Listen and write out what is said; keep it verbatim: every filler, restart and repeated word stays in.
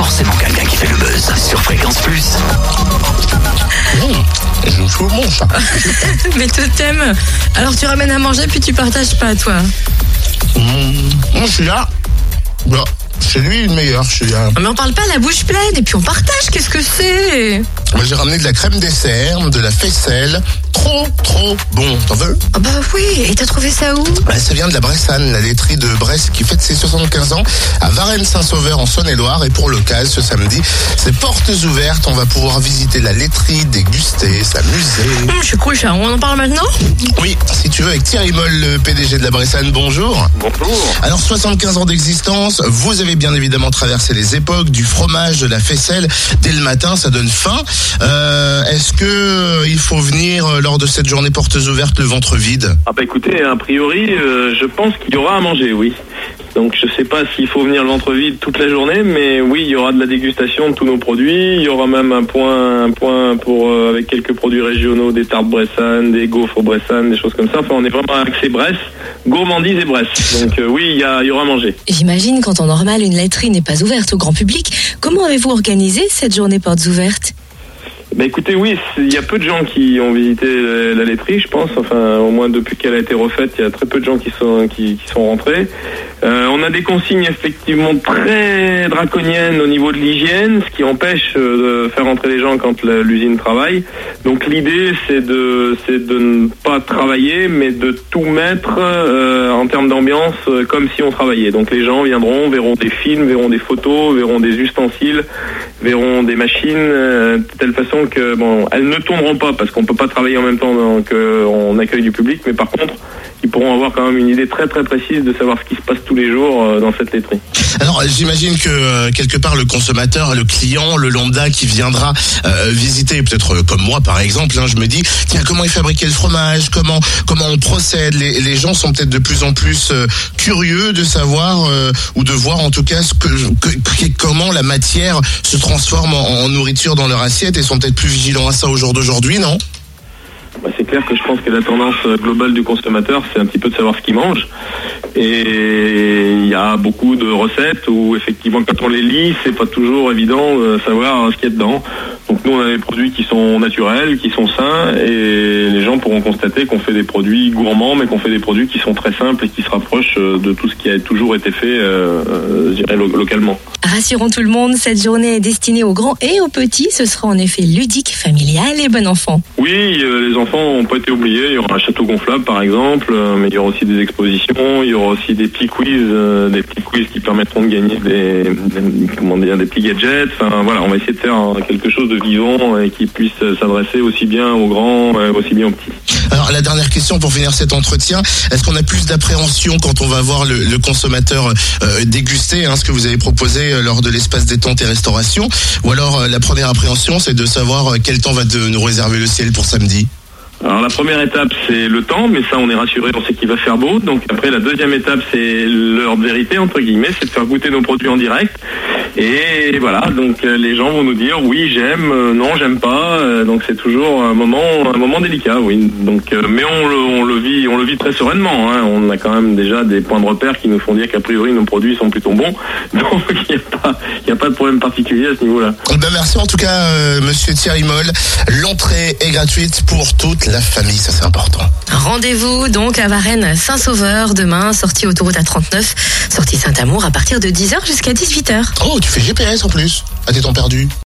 forcément quelqu'un qui fait le buzz sur Fréquence Plus. Mmh, je trouve bon ça. Mais Totem, alors tu ramènes à manger puis tu partages pas, toi? Mmh, moi je suis là. Bah, c'est lui le meilleur, je suis là. Mais on parle pas la bouche pleine et puis on partage, qu'est-ce que c'est? Moi j'ai ramené de la crème dessert, de la faisselle. Trop, trop bon. T'en veux? Ah bah oui, et t'as trouvé ça où? Bah, ça vient de la Bressane, la laiterie de Brest qui fête ses soixante-quinze ans à Varennes-Saint-Sauveur en Saône-et-Loire. Et pour l'occasion, ce samedi, c'est portes ouvertes. On va pouvoir visiter la laiterie, déguster, s'amuser. Hum, c'est cool ça, on en parle maintenant? Oui, si tu veux, avec Thierry Moll, le P D G de la Bressane. Bonjour. Bonjour. Alors, soixante-quinze ans d'existence, vous avez bien évidemment traversé les époques du fromage, de la faisselle. Dès le matin, ça donne faim. Euh, est-ce que euh, il faut venir euh, lors de cette journée portes ouvertes le ventre vide? Ah bah écoutez, a priori, euh, je pense qu'il y aura à manger, oui. Donc je sais pas s'il faut venir le ventre vide toute la journée, mais oui, il y aura de la dégustation de tous nos produits. Il y aura même un point, un point pour euh, avec quelques produits régionaux, des tartes Bressane, des gaufres Bressane, des choses comme ça. Enfin, on est vraiment axé Brest, gourmandise et Brest. Donc euh, oui, il y, a, il y aura à manger. J'imagine qu'en temps normal, une laiterie n'est pas ouverte au grand public. Comment avez-vous organisé cette journée portes ouvertes? Bah écoutez, oui, il y a peu de gens qui ont visité la laiterie, je pense. Enfin, au moins depuis qu'elle a été refaite, il y a très peu de gens qui sont qui, qui sont rentrés. Euh, on a des consignes effectivement très draconiennes au niveau de l'hygiène, ce qui empêche de faire rentrer les gens quand la, l'usine travaille. Donc l'idée, c'est de c'est de ne pas travailler, mais de tout mettre euh, en termes d'ambiance euh, comme si on travaillait. Donc les gens viendront, verront des films, verront des photos, verront des ustensiles, verront des machines, euh, de telle façon que bon, elles ne tourneront pas parce qu'on peut pas travailler en même temps qu'on accueille du public, mais par contre, ils pourront avoir quand même une idée très très précise de savoir ce qui se passe tous les jours euh, dans cette laiterie. Alors, j'imagine que euh, quelque part le consommateur, le client, le lambda qui viendra euh, visiter, peut-être euh, comme moi par exemple, hein, je me dis, tiens, comment est fabriqué le fromage, comment comment on procède. Les, les gens sont peut-être de plus en plus euh, curieux de savoir euh, ou de voir en tout cas ce que, que, que comment la matière se transforme en, en nourriture dans leur assiette et sont peut-être plus vigilants à ça au jour d'aujourd'hui, non? Bah, c'est clair que je pense que la tendance globale du consommateur, c'est un petit peu de savoir ce qu'il mange. Et il y a beaucoup de recettes où effectivement quand on les lit, c'est pas toujours évident de savoir ce qu'il y a dedans. Donc nous on a des produits qui sont naturels, qui sont sains, et les gens pourront constater qu'on fait des produits gourmands, mais qu'on fait des produits qui sont très simples et qui se rapprochent de tout ce qui a toujours été fait, euh, je dirais, lo- localement. Rassurons tout le monde, cette journée est destinée aux grands et aux petits. Ce sera en effet ludique, familial et bon enfant. Oui, euh, les enfants n'ont pas été oubliés. Il y aura un château gonflable par exemple, euh, mais il y aura aussi des expositions, il y aura aussi des petits quiz, euh, des petits quiz qui permettront de gagner des, des, comment dire, des petits gadgets. Enfin voilà, on va essayer de faire euh, quelque chose de vivant et qui puisse euh, s'adresser aussi bien aux grands, euh, aussi bien aux petits. Alors la dernière question pour finir cet entretien, est-ce qu'on a plus d'appréhension quand on va voir le, le consommateur euh, déguster hein, ce que vous avez proposé euh, lors de l'espace détente et restauration, ou alors euh, la première appréhension c'est de savoir euh, quel temps va de, nous réserver le ciel pour samedi? Alors la première étape c'est le temps, mais ça on est rassuré, on sait qu'il va faire beau. Donc après la deuxième étape c'est l'heure de vérité entre guillemets, c'est de faire goûter nos produits en direct. Et voilà, donc euh, les gens vont nous dire oui j'aime, euh, non j'aime pas. Euh, donc c'est toujours un moment, un moment délicat, oui. Donc euh, mais on le, on le vit, on le vit très sereinement. Hein. On a quand même déjà des points de repère qui nous font dire qu'a priori nos produits sont plutôt bons. Donc il n'y a pas, il y a pas de problème particulier à ce niveau-là. Ben merci en tout cas, euh, Monsieur Thierry Moll. L'entrée est gratuite pour toute la famille, ça c'est important. Rendez-vous donc à Varennes-Saint-Sauveur demain, sortie autoroute A trente-neuf, sortie Saint-Amour à partir de dix heures jusqu'à dix-huit heures. Oh, tu fais G P S en plus. À tes temps perdus.